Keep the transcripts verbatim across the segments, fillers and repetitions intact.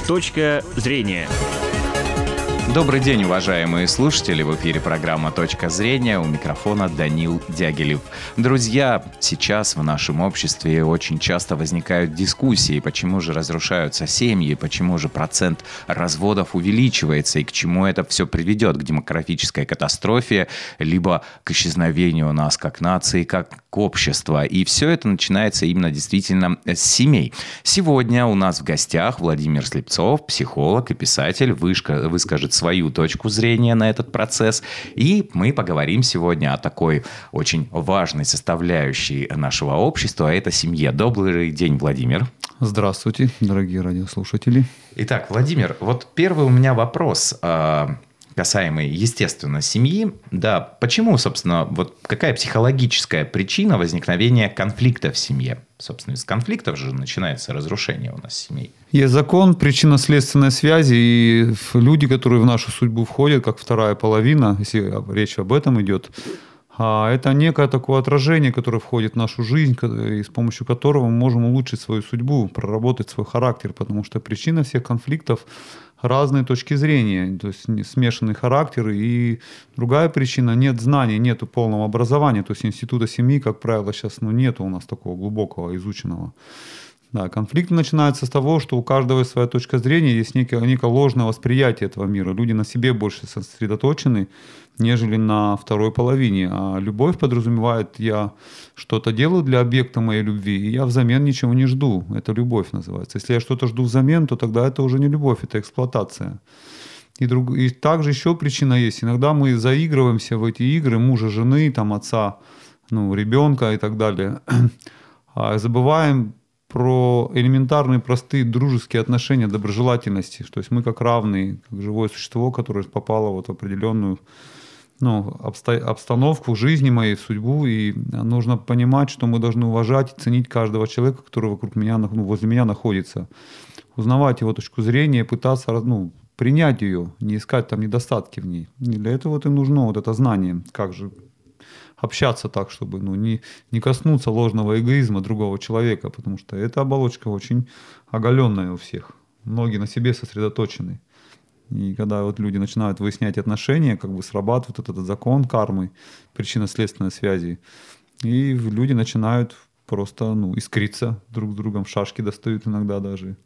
Точка зрения. Добрый день, уважаемые слушатели. В эфире программа «Точка зрения». У микрофона Данил Дягилев. Друзья, сейчас в нашем обществе очень часто возникают дискуссии, почему же разрушаются семьи, почему же процент разводов увеличивается и к чему это все приведет, к демографической катастрофе, либо к исчезновению нас как нации, как общества. И все это начинается именно действительно с семей. Сегодня у нас в гостях Владимир Слепцов, психолог и писатель, вышка, выскажет свою точку зрения на этот процесс. И мы поговорим сегодня о такой очень важной составляющей нашего общества, а это семья. Добрый день, Владимир. Здравствуйте, дорогие радиослушатели. Итак, Владимир, вот первый у меня вопрос, касаемый, естественно, семьи. Да, почему, собственно, вот какая психологическая причина возникновения конфликта в семье? Собственно, из конфликтов же начинается разрушение у нас семей. Есть закон причинно-следственной связи, и люди, которые в нашу судьбу входят, как вторая половина, если речь об этом идет, это некое такое отражение, которое входит в нашу жизнь, и с помощью которого мы можем улучшить свою судьбу, проработать свой характер, потому что причина всех конфликтов – разные точки зрения, то есть смешанный характер. И другая причина – нет знаний, нет полного образования, то есть института семьи, как правило, сейчас ну, нет у нас такого глубокого, изученного. Да, конфликт начинается с того, что у каждого своя точка зрения, есть некое, некое ложное восприятие этого мира. Люди на себе больше сосредоточены, нежели на второй половине. А любовь подразумевает, я что-то делаю для объекта моей любви, и я взамен ничего не жду. Это любовь называется. Если я что-то жду взамен, то тогда это уже не любовь, это эксплуатация. И, друг... и также еще причина есть. Иногда мы заигрываемся в эти игры мужа, жены, там, отца, ну, ребенка и так далее. А забываем про элементарные, простые дружеские отношения, доброжелательности. То есть мы как равные, как живое существо, которое попало вот в определенную ну, обстановку в жизни моей, в судьбу. И нужно понимать, что мы должны уважать и ценить каждого человека, который вокруг меня, ну, возле меня находится. Узнавать его точку зрения, пытаться ну, принять ее, не искать там недостатки в ней. И для этого вот и нужно вот это знание, как же общаться так, чтобы ну, не, не коснуться ложного эгоизма другого человека, потому что эта оболочка очень оголенная у всех. Многие на себе сосредоточены. И когда вот люди начинают выяснять отношения, как бы срабатывает этот, этот закон кармы, причинно-следственной связи, и люди начинают просто ну, искриться друг с другом, шашки достают иногда даже.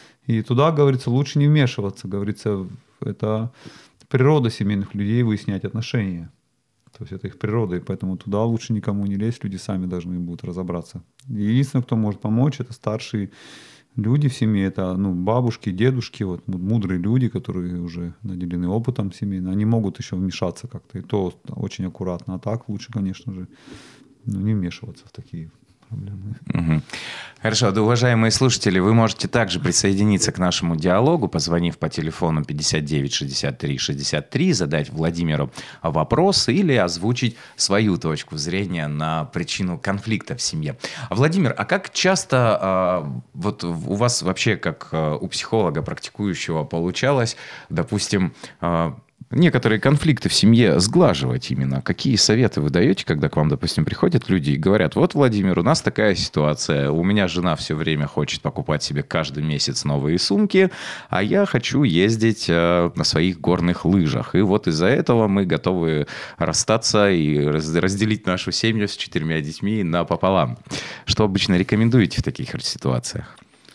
И туда, говорится, лучше не вмешиваться. Говорится, это природа семейных людей выяснять отношения. То есть это их природа, и поэтому туда лучше никому не лезть, люди сами должны будут разобраться. Единственное, кто может помочь, это старшие люди в семье, это ну, бабушки, дедушки, вот, мудрые люди, которые уже наделены опытом семейным, они могут еще вмешаться как-то, и то очень аккуратно. А так лучше, конечно же, ну, не вмешиваться в такие проблемы. Угу. Хорошо, да, уважаемые слушатели, вы можете также присоединиться к нашему диалогу, позвонив по телефону пятьдесят девять шестьдесят три шестьдесят три, задать Владимиру вопрос или озвучить свою точку зрения на причину конфликта в семье. Владимир, а как часто вот у вас вообще, как у психолога практикующего, получалось, допустим, некоторые конфликты в семье сглаживать именно? Какие советы вы даете, когда к вам, допустим, приходят люди и говорят: вот, Владимир, у нас такая ситуация, у меня жена все время хочет покупать себе каждый месяц новые сумки, а я хочу ездить э, на своих горных лыжах. И вот из-за этого мы готовы расстаться и разделить нашу семью с четырьмя детьми напополам. Что обычно рекомендуете в таких ситуациях?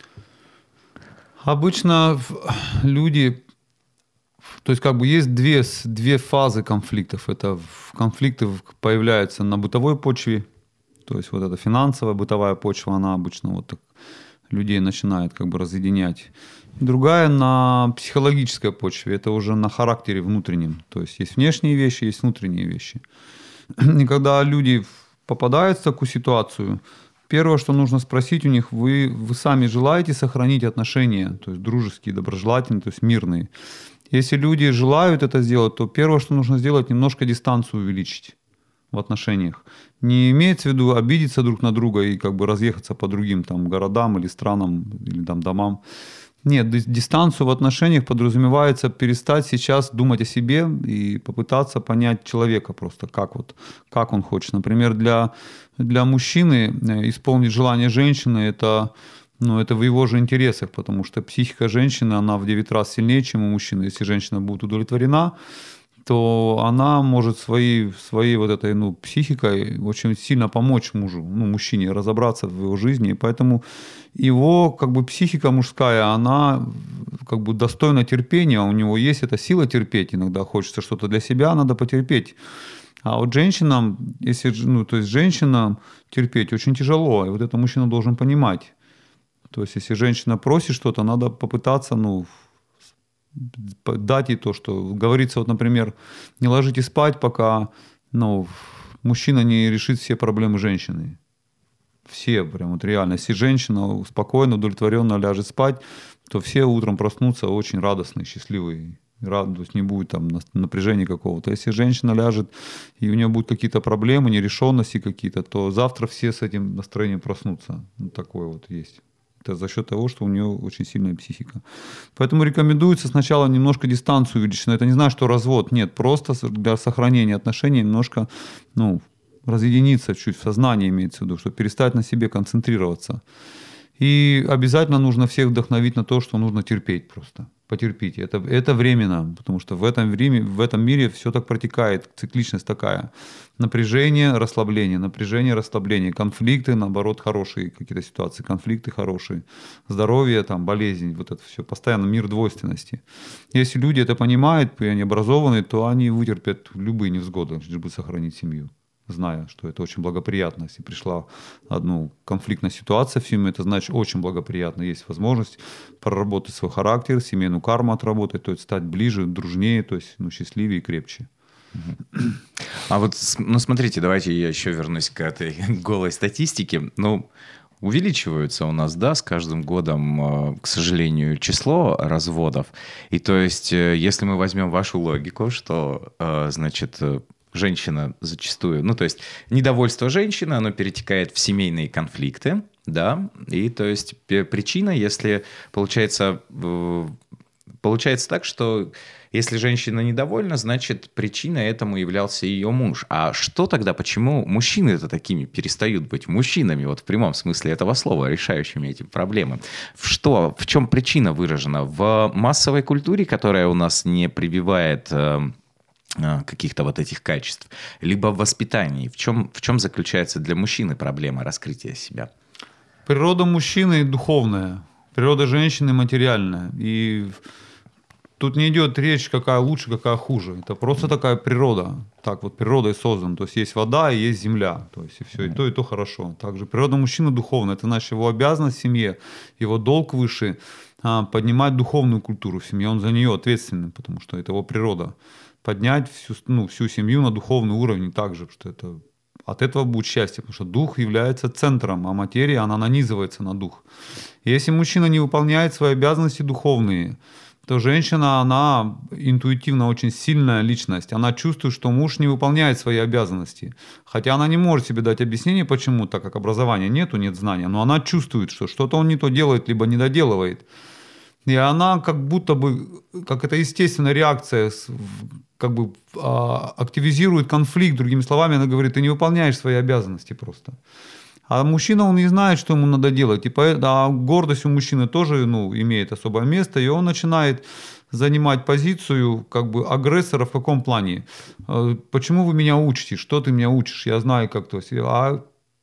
Обычно люди... То есть как бы есть две, две фазы конфликтов. Это конфликты появляются на бытовой почве, то есть вот эта финансовая бытовая почва, она обычно вот так людей начинает как бы разъединять. Другая на психологической почве, это уже на характере внутреннем. То есть есть внешние вещи, есть внутренние вещи. И когда люди попадают в такую ситуацию, первое, что нужно спросить у них: вы, вы сами желаете сохранить отношения, то есть дружеские, доброжелательные, то есть мирные? Если люди желают это сделать, то первое, что нужно сделать, немножко дистанцию увеличить в отношениях. Не имеется в виду обидеться друг на друга и как бы разъехаться по другим там, городам или странам, или там, домам. Нет, дистанцию в отношениях подразумевается перестать сейчас думать о себе и попытаться понять человека просто, как, вот, как он хочет. Например, для, для мужчины исполнить желание женщины – это Но это в его же интересах, потому что психика женщины, она в девять раз сильнее, чем у мужчины. Если женщина будет удовлетворена, то она может своей, своей вот этой ну, психикой очень сильно помочь мужу, ну, мужчине разобраться в его жизни. И поэтому его как бы психика мужская, она как бы достойна терпения. У него есть эта сила терпеть. Иногда хочется что-то для себя, надо потерпеть. А вот женщинам, если, ну, то есть женщинам терпеть очень тяжело. И вот это мужчина должен понимать. То есть если женщина просит что-то, надо попытаться, ну, дать ей то, что говорится, вот, например, не ложитесь спать, пока ну, мужчина не решит все проблемы женщины. Все, прям вот реально. Если женщина спокойно, удовлетворенно ляжет спать, то все утром проснутся очень радостные, счастливые. Радость, не будет там напряжения какого-то. Если женщина ляжет, и у нее будут какие-то проблемы, нерешенности какие-то, то завтра все с этим настроением проснутся. Вот такое вот есть. Это за счет того, что у нее очень сильная психика. Поэтому рекомендуется сначала немножко дистанцию увеличить. Но это не значит, что развод. Нет, просто для сохранения отношений немножко ну, разъединиться чуть в сознании, имеется в виду, чтобы перестать на себе концентрироваться. И обязательно нужно всех вдохновить на то, что нужно терпеть просто. Потерпите. Это, это временно, потому что в этом, время, в этом мире все так протекает, цикличность такая. Напряжение, расслабление, напряжение, расслабление. Конфликты, наоборот, хорошие какие-то ситуации. Конфликты хорошие. Здоровье, там, болезнь, вот это все. Постоянно мир двойственности. Если люди это понимают, и они образованные, то они вытерпят любые невзгоды, чтобы сохранить семью. Зная, что это очень благоприятно. Если пришла ну, конфликтная ситуация в семье, это значит очень благоприятно. Есть возможность проработать свой характер, семейную карму отработать, то есть стать ближе, дружнее, то есть ну, счастливее и крепче. А вот, ну смотрите, давайте я еще вернусь к этой голой статистике. Ну, увеличиваются у нас, да, с каждым годом, к сожалению, число разводов. И то есть, если мы возьмем вашу логику, что, значит, женщина зачастую, ну, то есть недовольство женщины, оно перетекает в семейные конфликты, да, и то есть причина, если получается, получается так, что если женщина недовольна, значит, причиной этому являлся ее муж. А что тогда, почему мужчины-то такими перестают быть мужчинами, вот в прямом смысле этого слова, решающими эти проблемы? Что, в чем причина выражена? В массовой культуре, которая у нас не прививает каких-то вот этих качеств, либо в воспитании. В чем, в чем заключается для мужчины проблема раскрытия себя? Природа мужчины духовная, природа женщины материальная. И тут не идет речь, какая лучше, какая хуже. Это просто такая природа. Так вот природой создана. То есть есть вода и есть земля. То есть и все, и то, и то хорошо. Также природа мужчины духовная. Это значит его обязанность в семье, его долг выше поднимать духовную культуру в семье. Он за нее ответственный, потому что это его природа. Поднять всю, ну, всю семью на духовный уровень также, что это, от этого будет счастье, потому что дух является центром, а материя, она нанизывается на дух. И если мужчина не выполняет свои обязанности духовные, то женщина, она интуитивно очень сильная личность, она чувствует, что муж не выполняет свои обязанности, хотя она не может себе дать объяснение, почему, так как образования нету, нет знания, но она чувствует, что что-то он не то делает, либо не доделывает. И она как будто бы, как это естественная реакция, как бы а, активизирует конфликт, другими словами, она говорит, ты не выполняешь свои обязанности просто. А мужчина, он не знает, что ему надо делать. И поэтому, а гордость у мужчины тоже ну, имеет особое место, и он начинает занимать позицию как бы агрессора в каком плане? Почему вы меня учите? Что ты меня учишь? Я знаю, как то. А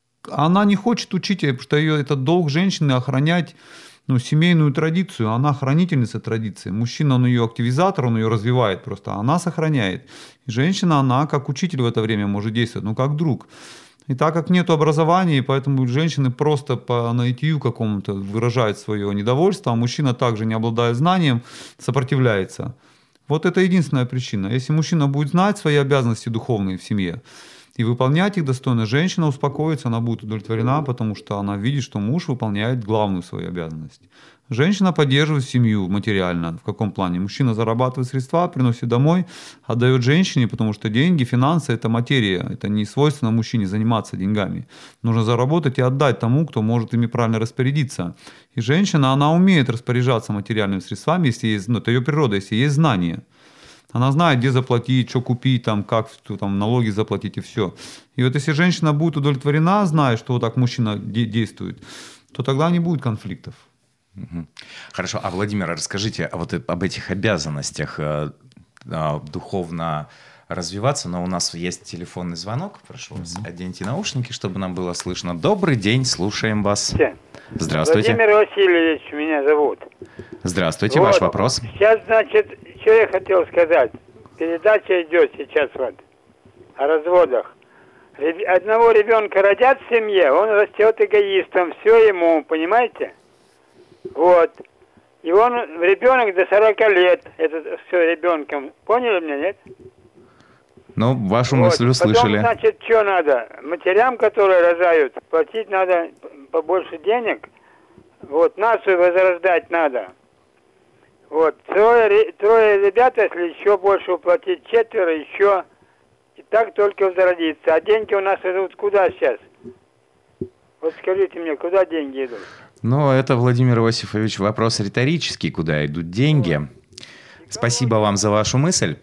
она не хочет учить, потому что ее, это долг женщины охранять ну, семейную традицию, она хранительница традиции. Мужчина, он ее активизатор, он ее развивает просто, а она сохраняет. И женщина, она как учитель в это время может действовать, ну как друг. И так как нет образования, поэтому женщины просто по наитию какому-то выражают свое недовольство, а мужчина также, не обладая знанием, сопротивляется. Вот это единственная причина. Если мужчина будет знать свои обязанности духовные в семье, и выполнять их достойно, женщина успокоится, она будет удовлетворена, потому что она видит, что муж выполняет главную свою обязанность. Женщина поддерживает семью материально. В каком плане? Мужчина зарабатывает средства, приносит домой, отдает женщине, потому что деньги, финансы – это материя. Это не свойственно мужчине заниматься деньгами. Нужно заработать и отдать тому, кто может ими правильно распорядиться. И женщина, она умеет распоряжаться материальными средствами, если есть, ну, это ее природа, если есть знания. Она знает, где заплатить, что купить, там, как там, налоги заплатить и все. И вот если женщина будет удовлетворена, зная, что вот так мужчина де- действует, то тогда не будет конфликтов. Угу. Хорошо. А, Владимир, расскажите вот об этих обязанностях э, э, духовно развиваться, но у нас есть телефонный звонок. Прошу вас, mm-hmm. оденьте наушники, чтобы нам было слышно. Добрый день, слушаем вас. Здравствуйте. Владимир Васильевич меня зовут. Здравствуйте, вот. Ваш вопрос. Сейчас, значит, что я хотел сказать. Передача идет сейчас вот о разводах. Одного ребенка родят в семье, он растет эгоистом, все ему, понимаете? Вот. И он, ребенок до сорока лет, это все ребенком. Поняли меня, нет? Ну, вашу вот. мысль услышали. Потом, значит, что надо? Матерям, которые рожают, платить надо побольше денег. Вот, нацию возрождать надо. Вот, трое, трое ребят, если еще больше уплатить, четверо, еще, и так только возродиться. А деньги у нас идут куда сейчас? Вот скажите мне, куда деньги идут? Ну, это, Владимир Иосифович, вопрос риторический, куда идут деньги. Вот. Спасибо вам за вашу мысль.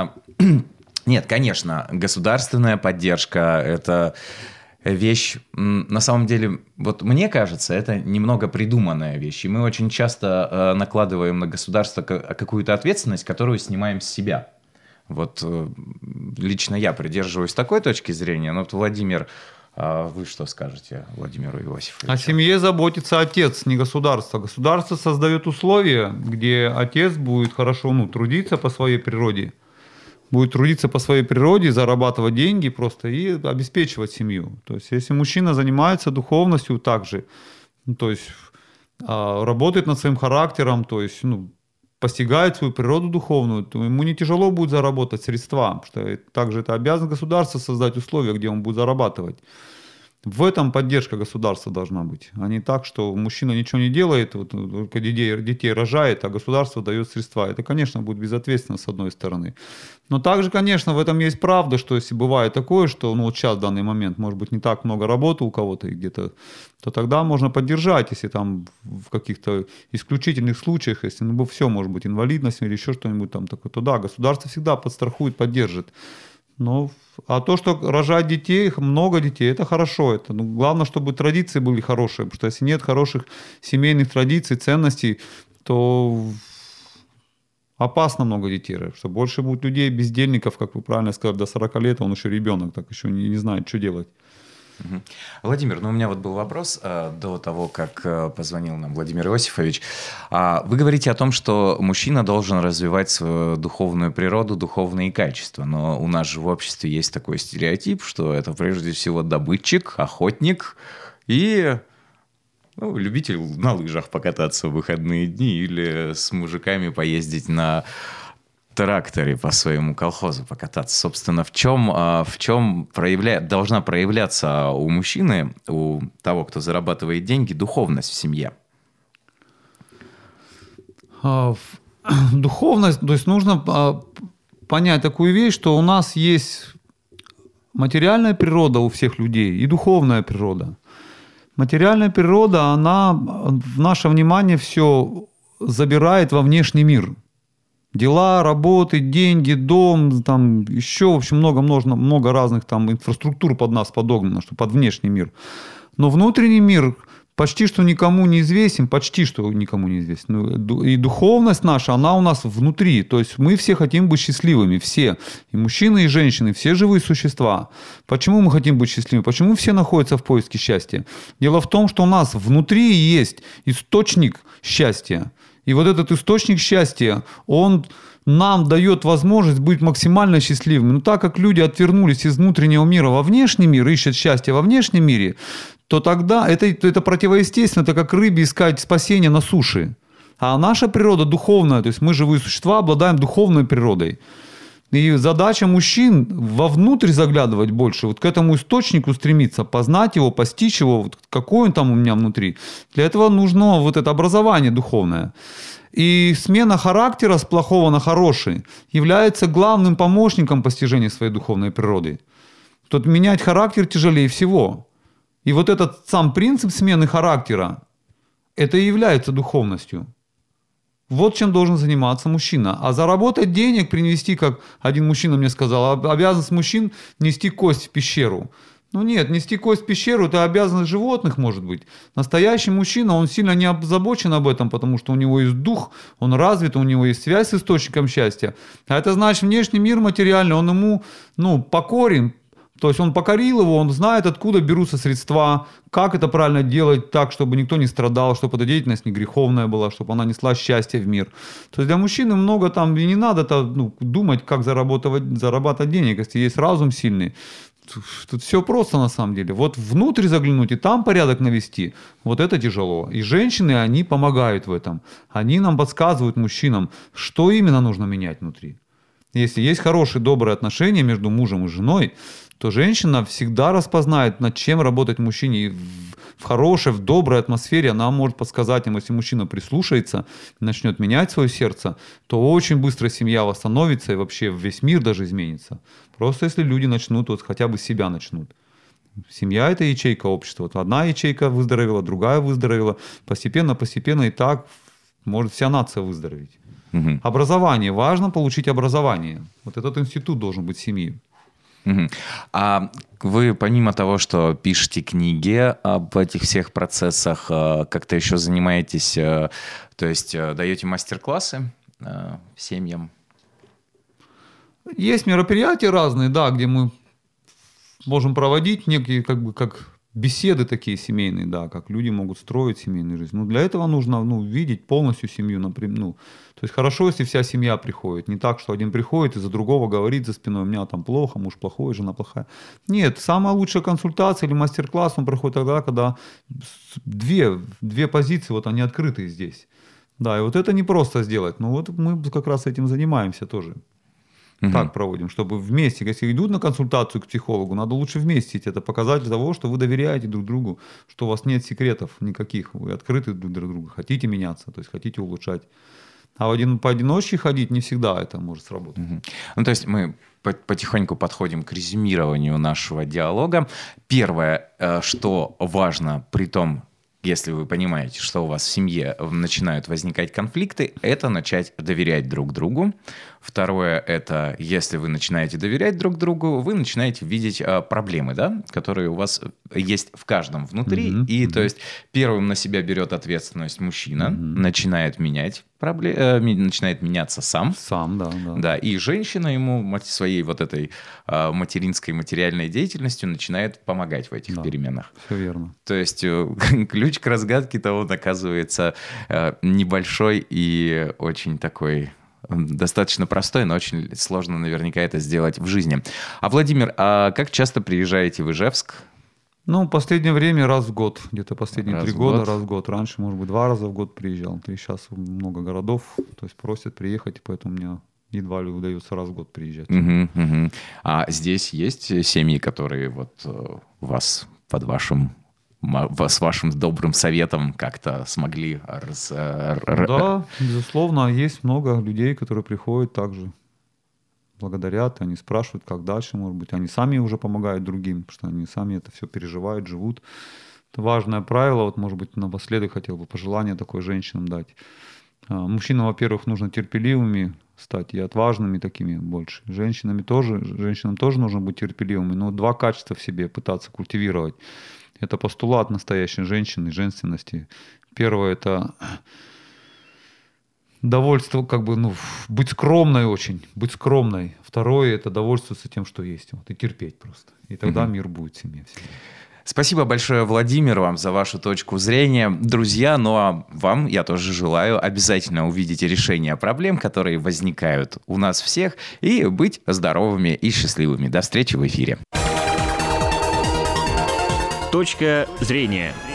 Нет, конечно, государственная поддержка – это вещь, на самом деле, вот мне кажется, это немного придуманная вещь. И мы очень часто накладываем на государство какую-то ответственность, которую снимаем с себя. Вот лично я придерживаюсь такой точки зрения. Но вот, Владимир, вы что скажете Владимиру Иосифовичу? О семье заботится отец, не государство. Государство создает условия, где отец будет хорошо ну, трудиться по своей природе. Будет трудиться по своей природе, зарабатывать деньги просто и обеспечивать семью. То есть, если мужчина занимается духовностью также, ну, то есть, работает над своим характером, то есть, ну, постигает свою природу духовную, то ему не тяжело будет заработать средства, потому что также это обязано государство создать условия, где он будет зарабатывать. В этом поддержка государства должна быть, а не так, что мужчина ничего не делает, вот, только детей, детей рожает, а государство дает средства. Это, конечно, будет безответственно с одной стороны. Но также, конечно, в этом есть правда, что если бывает такое, что ну, вот сейчас в данный момент, может быть, не так много работы у кого-то и где-то, то тогда можно поддержать, если там в каких-то исключительных случаях, если ну, все, может быть, инвалидность или еще что-нибудь там такое, то да, государство всегда подстрахует, поддержит. Но, а то, что рожать детей, много детей, это хорошо. Это, ну, главное, чтобы традиции были хорошие. Потому что если нет хороших семейных традиций, ценностей, то опасно много детей. Потому что больше будет людей, бездельников, как вы правильно сказали, до сорока лет, он еще ребенок, так еще не, не знает, что делать. Угу. Владимир, ну у меня вот был вопрос э, до того, как э, позвонил нам Владимир Иосифович. А, вы говорите о том, что мужчина должен развивать свою духовную природу, духовные качества. Но у нас же в обществе есть такой стереотип, что это прежде всего добытчик, охотник и ну, любитель на лыжах покататься в выходные дни или с мужиками поездить на тракторе по своему колхозу покататься. Собственно, в чем, в чем проявля... должна проявляться у мужчины, у того, кто зарабатывает деньги, духовность в семье? Духовность, то есть нужно понять такую вещь, что у нас есть материальная природа у всех людей и духовная природа. Материальная природа, она в наше внимание все забирает во внешний мир. Дела, работы, деньги, дом, там еще, в общем, много, много, много разных там инфраструктур под нас подогнано, что под внешний мир. Но внутренний мир почти что никому не известен, почти что никому не известен. И духовность наша, она у нас внутри. То есть мы все хотим быть счастливыми, все. И мужчины, и женщины, все живые существа. Почему мы хотим быть счастливыми? Почему все находятся в поиске счастья? Дело в том, что у нас внутри есть источник счастья. И вот этот источник счастья, он нам дает возможность быть максимально счастливыми. Но так как люди отвернулись из внутреннего мира во внешний мир, ищут счастье во внешнем мире, то тогда это, это противоестественно, это как рыбе искать спасение на суше. А наша природа духовная, то есть мы живые существа, обладаем духовной природой. И задача мужчин вовнутрь заглядывать больше, вот к этому источнику стремиться, познать его, постичь его, вот какой он там у меня внутри. Для этого нужно вот это образование духовное. И смена характера с плохого на хороший является главным помощником постижения своей духовной природы. Тут менять характер тяжелее всего. И вот этот сам принцип смены характера, это и является духовностью. Вот чем должен заниматься мужчина. А заработать денег, принести, как один мужчина мне сказал, обязанность мужчин нести кость в пещеру. Ну нет, нести кость в пещеру – это обязанность животных, может быть. Настоящий мужчина, он сильно не озабочен об этом, потому что у него есть дух, он развит, у него есть связь с источником счастья. А это значит, внешний мир материальный, он ему, ну, покорен. То есть он покорил его, он знает, откуда берутся средства, как это правильно делать так, чтобы никто не страдал, чтобы эта деятельность не греховная была, чтобы она несла счастье в мир. То есть для мужчины много там, и не надо ну, думать, как зарабатывать, зарабатывать денег, если есть разум сильный. Тут все просто на самом деле. Вот внутрь заглянуть и там порядок навести, вот это тяжело. И женщины, они помогают в этом. Они нам подсказывают, мужчинам, что именно нужно менять внутри. Если есть хорошие, добрые отношения между мужем и женой, то женщина всегда распознает, над чем работать мужчине. И в хорошей, в доброй атмосфере она может подсказать ему, если мужчина прислушается, начнет менять свое сердце, то очень быстро семья восстановится и вообще весь мир даже изменится. Просто если люди начнут, вот хотя бы с себя начнут. Семья – это ячейка общества. Вот одна ячейка выздоровела, другая выздоровела. Постепенно, постепенно и так может вся нация выздороветь. Угу. Образование. Важно получить образование. Вот этот институт должен быть в семье. Угу. А вы, помимо того, что пишете книги об этих всех процессах, как-то еще занимаетесь, то есть даете мастер-классы семьям? Есть мероприятия разные, да, где мы можем проводить некие как бы как беседы такие семейные, да, как люди могут строить семейную жизнь. Но для этого нужно ну, видеть полностью семью, например. Ну, то есть хорошо, если вся семья приходит. Не так, что один приходит и за другого говорит за спиной, у меня там плохо, муж плохой, жена плохая. Нет, самая лучшая консультация или мастер-класс, он проходит тогда, когда две, две позиции, вот они открыты здесь. Да, и вот это не просто сделать, но вот мы как раз этим занимаемся тоже. Угу. Так проводим, чтобы вместе, если идут на консультацию к психологу, надо лучше вместе идти. Это показатель того, что вы доверяете друг другу, что у вас нет секретов никаких, вы открыты друг для друга, хотите меняться, то есть хотите улучшать. А в один, поодиночке ходить не всегда это может сработать. Угу. Ну, то есть мы потихоньку подходим к резюмированию нашего диалога. Первое, что важно при том, если вы понимаете, что у вас в семье начинают возникать конфликты, это начать доверять друг другу. Второе, это если вы начинаете доверять друг другу, вы начинаете видеть а, проблемы, да, которые у вас есть в каждом внутри. Mm-hmm. И mm-hmm. то есть первым на себя берет ответственность мужчина, mm-hmm. начинает менять проблемы, э, начинает меняться сам. Сам, да, да. Да, и женщина ему своей вот этой э, материнской материальной деятельностью начинает помогать в этих да, переменах. Все верно. То есть э, ключ к разгадке-то он оказывается э, небольшой и очень такой... достаточно простой, но очень сложно наверняка это сделать в жизни. А, Владимир, а как часто приезжаете в Ижевск? Ну, в последнее время раз в год. Где-то последние раз три в года, год. раз в год. Раньше, может быть, два раза в год приезжал. И сейчас много городов, то есть просят приехать, поэтому мне едва ли удается раз в год приезжать. Угу, угу. А здесь есть семьи, которые вот вас под вашим... с вашим добрым советом как-то смогли... Раз... Да, безусловно, есть много людей, которые приходят также, благодарят, они спрашивают, как дальше, может быть. Они сами уже помогают другим, потому что они сами это все переживают, живут. Это важное правило, вот, может быть, напоследок хотел бы пожелание такое женщинам дать. Мужчинам, во-первых, нужно терпеливыми стать и отважными такими больше. Женщинами тоже, женщинам тоже нужно быть терпеливыми, но два качества в себе пытаться культивировать. Это постулат настоящей женщины, женственности. Первое – это довольство, как бы, ну, быть скромной очень, быть скромной. Второе – это довольствоваться тем, что есть. Вот, и терпеть просто. И тогда угу. мир будет в семье всегда. Спасибо большое, Владимир, вам за вашу точку зрения. Друзья, ну а вам я тоже желаю обязательно увидеть решение проблем, которые возникают у нас всех, и быть здоровыми и счастливыми. До встречи в эфире. Точка зрения.